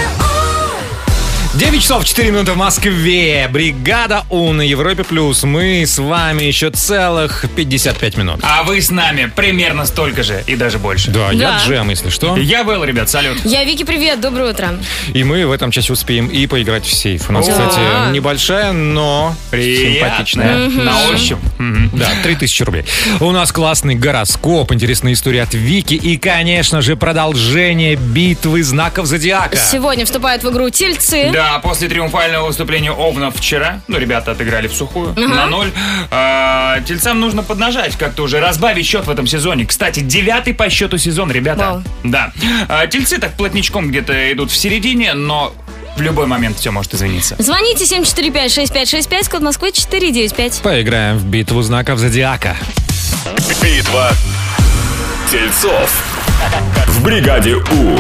девять часов четыре минуты в Москве. Бригада У на Европе Плюс. Мы с вами еще целых пятьдесят пять минут. А вы с нами примерно столько же и даже больше. Да, Да. я Джем, если что. Я Вэл, ребят, салют. Я Вики, привет, доброе утро. И мы в этом часе успеем и поиграть в сейф. У нас, Да. кстати, небольшая, но Приятная. симпатичная. Мгм. На ощупь. Да, три тысячи рублей. У нас классный гороскоп, интересные истории от Вики и, конечно же, продолжение битвы знаков зодиака. Сегодня вступают в игру тельцы. Да, после триумфального выступления Овнов вчера, ну, ребята отыграли в сухую, Ага. на ноль, а, тельцам нужно поднажать как-то уже, разбавить счет в этом сезоне. Кстати, девятый по счету сезон, ребята. Вау. Да. А, тельцы так плотничком где-то идут в середине, но в любой момент все может измениться. Звоните семь четыре пять шесть пять шесть пять, код Москвы четыре девять пять. Поиграем в битву знаков зодиака. Битва тельцов в бригаде У.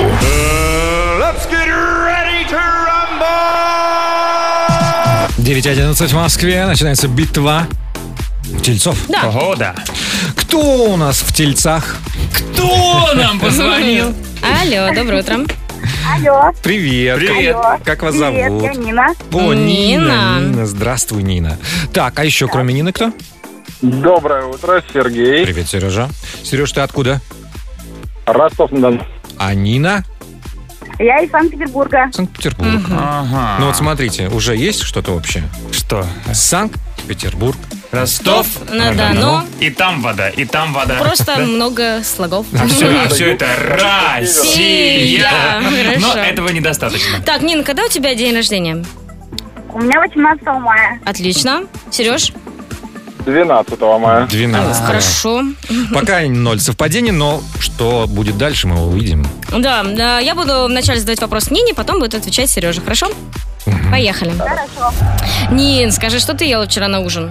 девять одиннадцать в Москве. Начинается битва тельцов. Да. Ого, да. Кто у нас в тельцах? Кто нам позвонил? Алло, доброе утро. Алло. Привет. Привет. Алло. Как вас Привет, зовут? я Нина. О, Нина. Нина. Нина. Здравствуй, Нина. Так, а еще кроме Нины кто? Доброе утро, Сергей. Привет, Сережа. Сереж, ты откуда? Ростов-на-Дону. А Нина? Я из Санкт-Петербурга. Санкт-Петербург. Ага. Ну вот смотрите, уже есть что-то общее? Что? Санкт-Петербург. Ростов На Дону. И там вода, и там вода. Просто Да? много слогов. А все, а все это Россия. Хорошо. Но этого недостаточно. Так, Нина, когда у тебя день рождения? У меня восемнадцатого мая. Отлично. Сереж? двенадцатого мая. двенадцать. Хорошо. Пока ноль совпадений, но что будет дальше, мы увидим. Да, да, я буду вначале задавать вопрос Нине, потом будет отвечать Сережа, хорошо? Поехали. Хорошо. Нин, скажи, что ты ела вчера на ужин?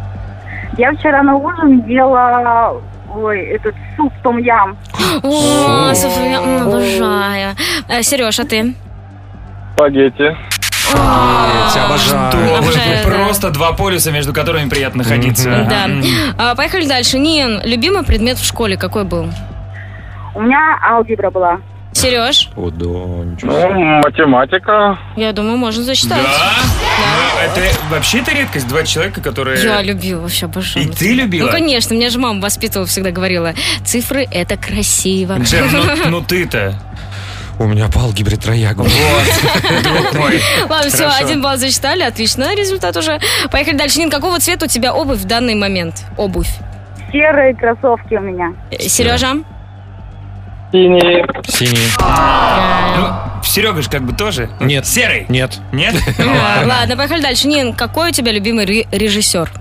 Я вчера на ужин ела, ой, этот суп том-ям. О, София, м, обожаю. Э, Сереж, а ты? Спагетти. Я тебя обожаю. То вы Обожаю, да. просто два полюса, между которыми приятно находиться. Да. М. А, Поехали дальше. Нин, любимый предмет в школе какой был? У меня алгебра была. Сереж? О, да, ничего. Ну, математика. Я думаю, можно засчитать. Да? Ну, это вообще-то редкость. Два человека, которые... Я любила, вообще обожаю. И ты любила? Ну, конечно, меня же мама воспитывала, всегда говорила, цифры — это красиво. Джем, ну, ну ты-то. У меня по алгебре трояга. Вот, друг мой. Ладно, все, Хорошо. один балл засчитали, отлично, результат уже. Поехали дальше. Нин, какого цвета у тебя обувь в данный момент? Обувь. Серые кроссовки у меня. Э, Сережа? Синие. Синий. Ну, Серега же как бы тоже. Нет. Серый? Нет. Нет? А, Ладно, поехали дальше. Нин, какой у тебя любимый ре- режиссер?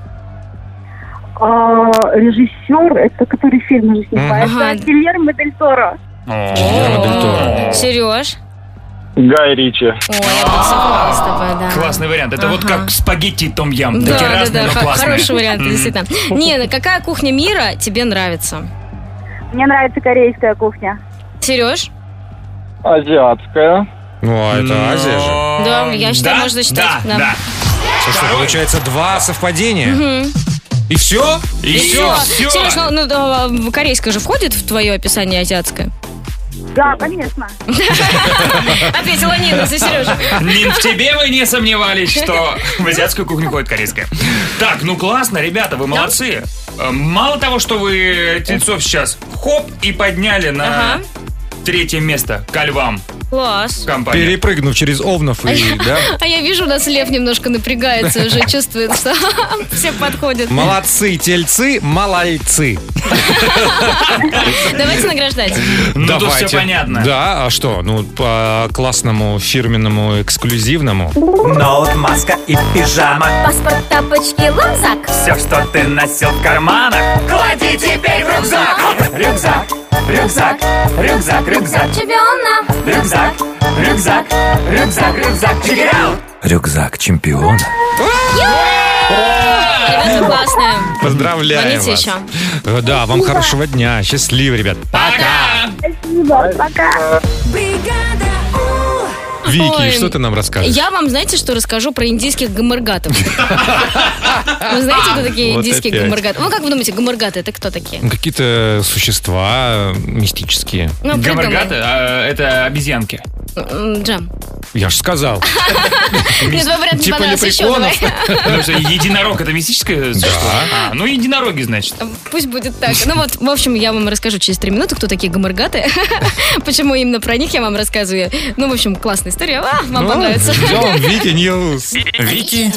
А, режиссер, это который фильм уже снимает. Ага. Это Гильермо Дель Торо. Гильермо Дель Торо. Сереж? Гай Ричи. Ой, я бы согласна с тобой, да. Классный вариант. Это вот Ага. как спагетти и том-ям. Да, Такие да, разные, да, но х- классные. хороший вариант, Мгм. действительно. Нина, какая кухня мира тебе нравится? Мне нравится корейская кухня. Сереж? Азиатская. Ну, а это Азия же. Да, я считаю, Да? можно засчитать. Да, да. Что, получается, два совпадения? Мгм. И все? И И все, все. все. Сереж, ну, ну, да, корейская же входит в твое описание азиатское? Да, конечно. Ответила Нина за Сережу. Нин, в тебе вы не сомневались, что в азиатскую кухню ходит корейская. Так, ну классно, ребята, вы молодцы. Э, Мало того, что вы тельцов сейчас хоп и подняли на Ага. третье место ко львам. Класс. Компания. Перепрыгнув через овнов и, да? А я вижу, у нас лев немножко напрягается, уже чувствует, что все подходят. Молодцы, тельцы, малайцы. Давайте награждать. Ну, тут Давайте. все понятно. Да, а что? Ну, по классному, фирменному, эксклюзивному. Ноут, маска и пижама. Паспорт, тапочки, рюкзак. Все, что ты носил в карманах, клади теперь в рюкзак. Рюкзак, рюкзак, рюкзак, рюкзак. Чемпиона. Рюкзак, рюкзак, рюкзак, рюкзак. Check it out. Рюкзак чемпиона. Ребята, классная. Поздравляем Звоните вас. еще. Э, Да, вам хорошего дня. Счастливо, ребят. Пока! Спасибо, пока. Вики, Ой, что ты нам расскажешь? Я вам, знаете, что расскажу про индийских гамаргатов? Вы знаете, кто такие Вот индийские опять. гамаргаты? Ну, как вы думаете, гамаргаты это кто такие? Ну, какие-то существа мистические. Ну, Гамаргаты, а, это обезьянки. М, Джем. Я же сказал. Нет, твой вариант не Типа понравился. Еще давай. лепреконов. Ну, что, единорог это мистическое существо? А, ну единороги, значит. Пусть будет так. Ну вот, в общем, я вам расскажу через три минуты, кто такие гамаргаты. Почему именно про них я вам рассказываю. Ну, в общем, классная история. А, вам Ну, понравится. ждем Вики Ньюс. Вики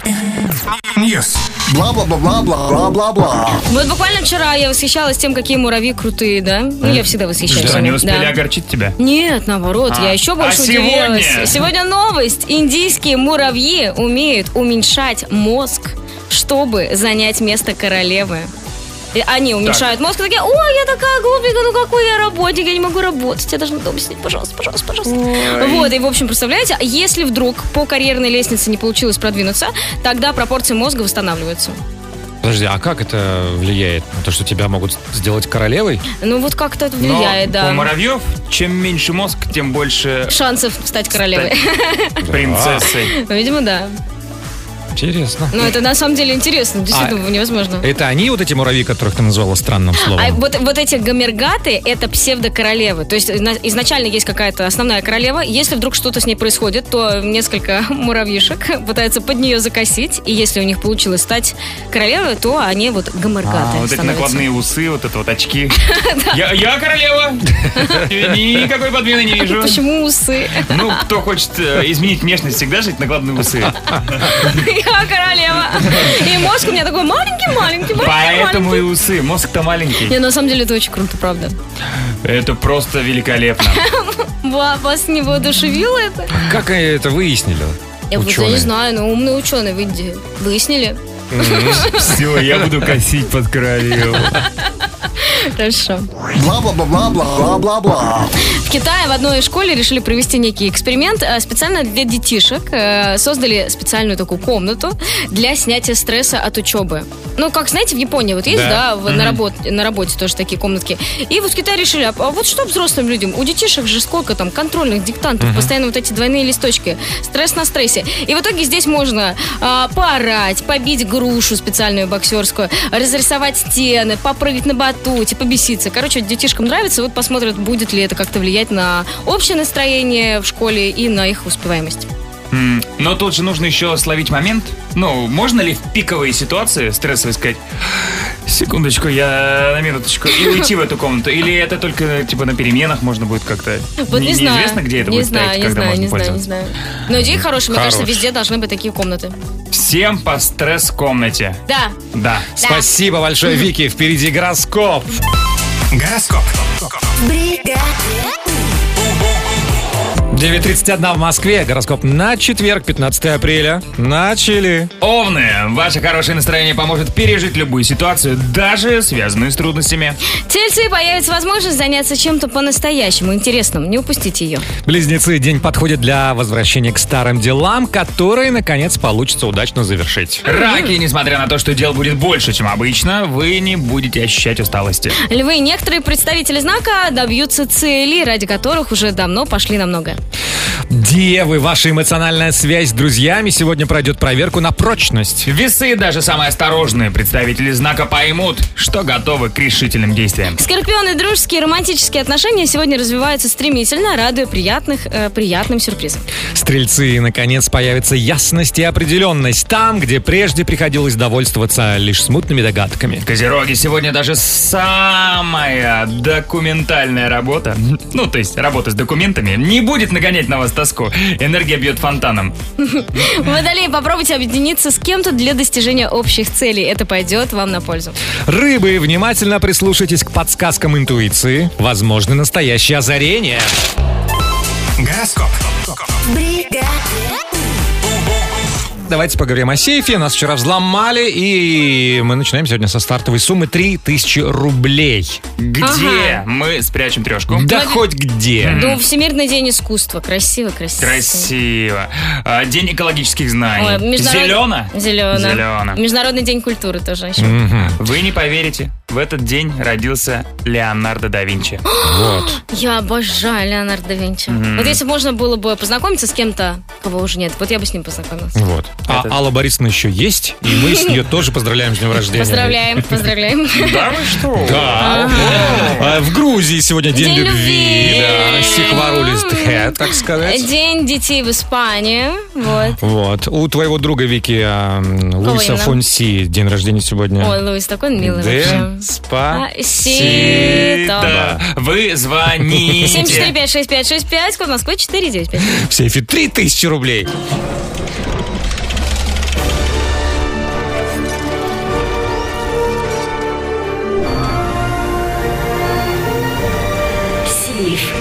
Ньюс. Бла-бла-бла-бла-бла-бла-бла. Вот буквально вчера я восхищалась тем, какие муравьи крутые, да? Ну, я всегда восхищаюсь. Что, ими, не успели да. огорчить тебя? Нет, наоборот, А. я еще больше А удивилась. сегодня? Сегодня новость. Индийские муравьи умеют уменьшать мозг, чтобы занять место королевы. И они уменьшают мозг и такие: ой, я такая глупенькая, ну какой я работник, я не могу работать, я должна дома сидеть, пожалуйста, пожалуйста, пожалуйста. Вот, и в общем, представляете, если вдруг по карьерной лестнице не получилось продвинуться, тогда пропорции мозга восстанавливаются. Подожди, а как это влияет на то, что тебя могут сделать королевой? Ну вот как-то это Но влияет, да. у муравьев, чем меньше мозг, тем больше Шансов стать королевой. принцессой. Ну, видимо, да. Интересно. Но это на самом деле интересно, действительно невозможно. Это они, вот эти муравьи, которых ты назвала странным словом? А вот, вот эти гамергаты — это псевдокоролевы. То есть изна- изначально есть какая-то основная королева. Если вдруг что-то с ней происходит, то несколько муравьишек пытаются под нее закосить. И если у них получилось стать королевой, то они вот гамергаты А, вот эти становятся. накладные усы, вот это вот очки. Я я королева. Никакой подмены не вижу. Почему усы? Ну, кто хочет э, изменить внешность, всегда жить накладные усы. Я королева. И мозг у меня такой маленький-маленький, Поэтому маленький-маленький. и усы. Мозг-то маленький. Не, на самом деле это очень круто, правда. Это просто великолепно. Ва- Вас не воодушевило это? Как они это выяснили? Я вот я Ученые. не знаю, но умные ученые в Индии выяснили. Все, я буду косить под королеву. Хорошо. Бла-бла-бла-бла-бла-бла-бла. В Китае в одной школе решили провести некий эксперимент. э, Специально для детишек э, создали специальную такую комнату для снятия стресса от учебы. Ну, как, знаете, в Японии вот есть, Да. да, в- на, работе, на работе тоже такие комнатки. И вот в Китае решили, а вот что взрослым людям? У детишек же сколько там контрольных диктантов, постоянно вот эти двойные листочки. Стресс на стрессе. И в итоге здесь можно а, поорать, побить грушу специальную боксерскую, разрисовать стены, попрыгать на батуте, побеситься. Короче, детишкам нравится, вот посмотрят, будет ли это как-то влиять на общее настроение в школе и на их успеваемость. М, Но тут же нужно еще словить момент. Ну, можно ли в пиковые ситуации стрессовые сказать: секундочку, я на минуточку, и уйти в эту комнату? Или это только типа на переменах можно будет как-то? Вот не, знаю. Неизвестно, где это не будет знаю, стоять, не когда знаю, можно не знаю, не пользоваться. знаю. Но идея хорошая, мне Хорош. кажется, везде должны быть такие комнаты. Всем по стресс-комнате. Да. Да. Спасибо большое, Вики. Впереди гороскоп. Гороскоп. девять тридцать один в Москве. Гороскоп на четверг, пятнадцатое апреля. Начали. Овны, ваше хорошее настроение поможет пережить любую ситуацию, даже связанную с трудностями. Тельцы, появится возможность заняться чем-то по-настоящему интересным. Не упустите ее. Близнецы, день подходит для возвращения к старым делам, которые, наконец, получится удачно завершить. Раки, несмотря на то, что дел будет больше, чем обычно, вы не будете ощущать усталости. Львы, некоторые представители знака добьются целей, ради которых уже давно пошли на многое. Где вы? Ваша эмоциональная связь с друзьями сегодня пройдет проверку на прочность. Весы, даже самые осторожные представители знака поймут, что готовы к решительным действиям. Скорпионы, дружеские, романтические отношения сегодня развиваются стремительно, радуя приятных, э, приятным сюрпризом. Стрельцы, наконец появится ясность и определенность там, где прежде приходилось довольствоваться лишь смутными догадками. Козероги, сегодня даже самая документальная работа, ну, то есть работа с документами, не будет нагонять на вас тоску. Энергия бьет фонтаном. Водолеи, попробуйте объединиться с кем-то для достижения общих целей. Это пойдет вам на пользу. Рыбы, внимательно прислушайтесь к подсказкам интуиции. Возможны настоящие озарения. Гороскоп. Давайте поговорим о сейфе. Нас вчера взломали, и мы начинаем сегодня со стартовой суммы три тысячи рублей. Где Ага. мы спрячем трешку? Да Ну, хоть где. Ну, Всемирный день искусства. Красиво, красиво. Красиво. А, День экологических знаний. Ой, международ- Зелено? Зелено. Зелено. Международный день культуры тоже еще. Вы не поверите, в этот день родился Леонардо да Винчи. Вот. Я обожаю Леонардо да Винчи. Мгм. Вот если бы можно было бы познакомиться с кем-то, кого уже нет, вот я бы с ним познакомилась. Вот. А Алла Борисовна еще есть, и мы с нее тоже поздравляем с днем рождения. Поздравляем, поздравляем. Да вы что? Да. А в Грузии сегодня день, День любви. любви. Да, Сихварулис, так сказать. День детей в Испании. Вот. Вот. У твоего друга Вики а, Луиса именно? Фонси день рождения сегодня. Ой, Луис, такой он милый вообще. Деспасито. Да. Вы звоните. семь четыре пять шесть пять шесть пять, код Москвы четыре девять пять. В сейфе три тысячи рублей. Сейф.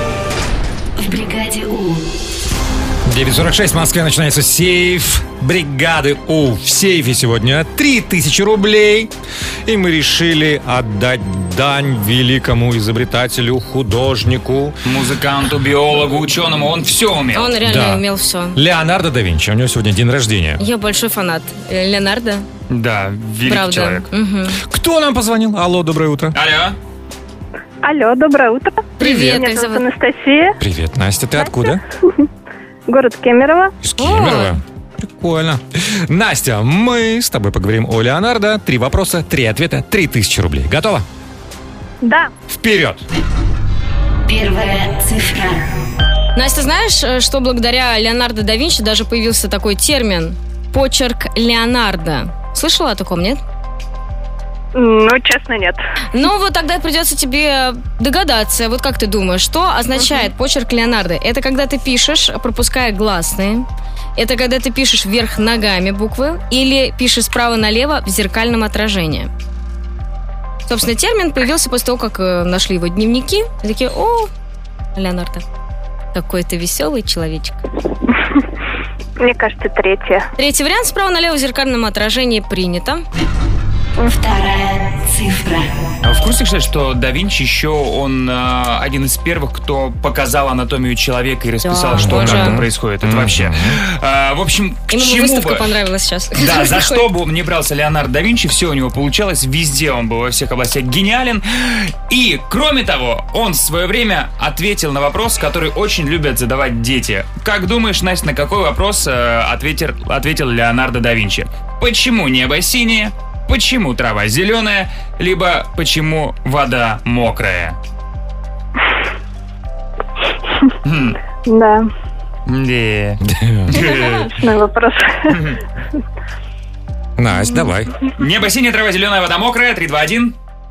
В бригаде У. девять сорок шесть в Москве начинается сейф бригады У. В сейфе сегодня три тысячи рублей. И мы решили отдать дань великому изобретателю, художнику, музыканту, биологу, ученому. Он все умел. Он реально Да. умел все. Леонардо да Винчи. У него сегодня день рождения. Я большой фанат э, Леонардо. Да, великий Правда. человек. Мгм. Кто нам позвонил? Алло, доброе утро. Алло. Алло, доброе утро. Привет, Меня как зовут зовут? Анастасия, Привет, Настя, ты откуда? город Кемерово. Из Кемерово. Прикольно. Настя, мы с тобой поговорим о Леонардо. Три вопроса, три ответа, три тысячи рублей. Готова? Да. Вперед! Первая цифра. Настя, знаешь, э, что благодаря Леонардо да Винчи даже появился такой термин «почерк Леонардо»? Слышала о таком, нет? Ну, честно, нет. Ну, вот тогда придется тебе догадаться. Вот как ты думаешь, что означает почерк Леонардо? Это когда ты пишешь, пропуская гласные. Это когда ты пишешь вверх ногами буквы. Или пишешь справа налево в зеркальном отражении. Собственно, термин появился после того, как э, нашли его дневники. И такие: о, Леонардо, какой ты веселый человечек. Мне кажется, третья. Третий вариант: справа налево в зеркальном отражении принято. Вторая цифра. А в курсе, кстати, что да Винчи еще он а, один из первых, кто показал анатомию человека и расписал, Да, что тоже. как там происходит. Это вообще. А, в общем, к Ему бы чему выставка бы... понравилась сейчас. Да, за что бы он не брался Леонардо да Винчи, все у него получалось, везде он был во всех областях гениален. И, кроме того, он в свое время ответил на вопрос, который очень любят задавать дети. Как думаешь, Настя, на какой вопрос э, ответил, ответил Леонардо да Винчи? Почему небо синее? Почему трава зеленая? Либо почему вода мокрая? Хм. Да. Да. Смешной вопрос. Настя, давай. Небо синее, трава зеленая, вода мокрая. Три, два, один.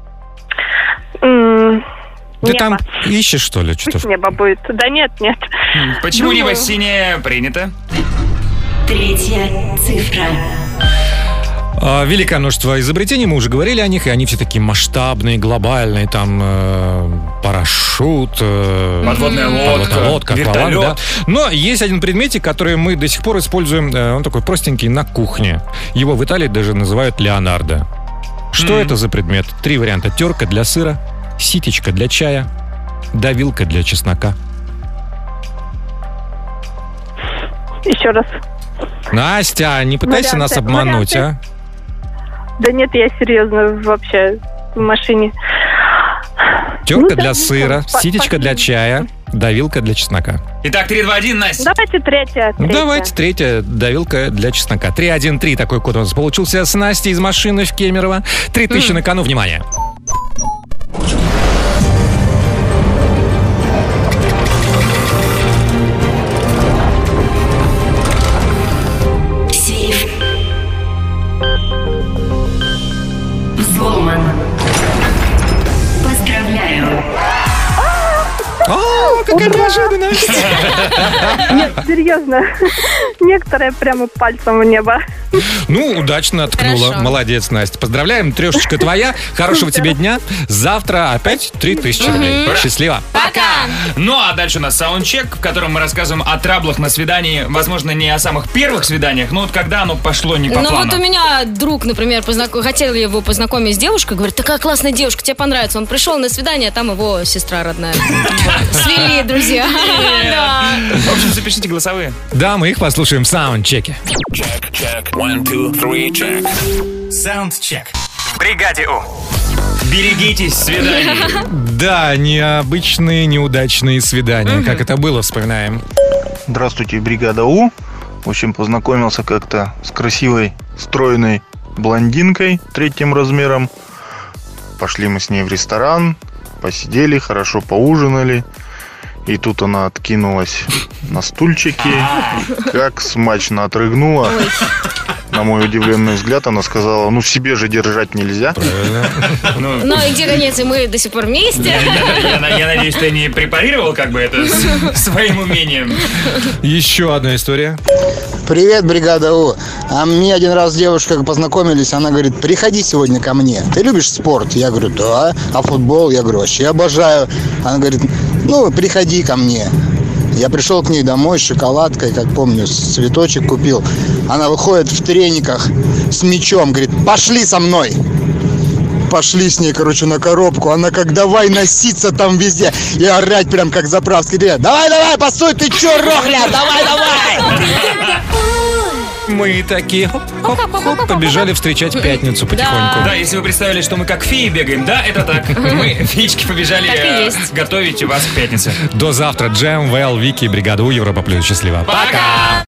М, Ты небо. там ищешь, что ли, что-то? Пусть небо будет. Да нет, нет. Почему Думаю. небо синее принято? Третья цифра. А, Великое множество изобретений, мы уже говорили о них, и они все такие масштабные, глобальные, там э, парашют, э, Подводная лодка, подводная лодка, акваланг, вертолет. да. Но есть один предметик, который мы до сих пор используем, э, он такой простенький, на кухне. Его в Италии даже называют Леонардо. Что Мгм. это за предмет? Три варианта: терка для сыра, ситечка для чая, давилка для чеснока. Еще раз. Настя, не пытайся Варианты, нас обмануть, варианты. а? Да нет, я серьезно вообще в машине. Терка Ну, для да, сыра, по- ситечка для чая, давилка для чеснока. Итак, три, два, один, Настя. Давайте третья. Ну, давайте третья давилка для чеснока. три один три такой код у нас получился с Настей из машины в Кемерово. Три тысячи на кону, внимание. Сейф взломан. Поздравляю. О, какая неожиданность! Нет, серьезно. Некоторые прямо пальцем в небо. Ну, удачно ткнула. Хорошо. Молодец, Настя. Поздравляем, трешечка твоя. Хорошего тебе дня. Завтра опять три тысячи рублей. Счастливо. Пока! Ну, а дальше у нас саундчек, в котором мы рассказываем о траблах на свидании. Возможно, не о самых первых свиданиях, но вот когда оно пошло не по Ну плану. вот у меня друг, например, познак- хотел его познакомить с девушкой, говорит, такая классная девушка, тебе понравится. Он пришел на свидание, а там его сестра родная. Свели, друзья. Да. В общем, запишите голосовые. Да, мы их послушаем в саундчеке. Саундчек. В бригаде У. Берегитесь свиданий. Да, необычные, неудачные свидания. Как это было, вспоминаем. Здравствуйте, бригада У. В общем, познакомился как-то с красивой, стройной блондинкой третьим размером. Пошли мы с ней в ресторан, посидели, хорошо поужинали. И тут она откинулась на стульчике, как смачно отрыгнула. На мой удивленный взгляд, она сказала, ну в себе же держать нельзя. Ну и где конец, и мы до сих пор вместе. Я, я- я надеюсь, ты не препарировал как бы это с- своим умением. Еще одна история. Привет, бригада У. А мне один раз девушка познакомились, она говорит, приходи сегодня ко мне. Ты любишь спорт? Я говорю, да. А футбол? Я говорю, вообще обожаю. Она говорит, ну, приходи ко мне. Я пришел к ней домой с шоколадкой, как помню, цветочек купил. Она выходит в трениках с мячом, говорит, пошли со мной. Пошли с ней, короче, на коробку. Она как давай носиться там везде и орать прям как заправский. Давай, давай, постой, ты чё, рохля, давай, давай. Мы такие хоп-хоп-хоп, побежали встречать пятницу потихоньку. Да, если вы представили, что мы как феи бегаем, да, это так. Мы, феечки, побежали Так и э, есть. готовить вас к пятнице. До завтра. Джем, Вэл, Вики, бригада У, Европа Плюс. Счастливо. Пока!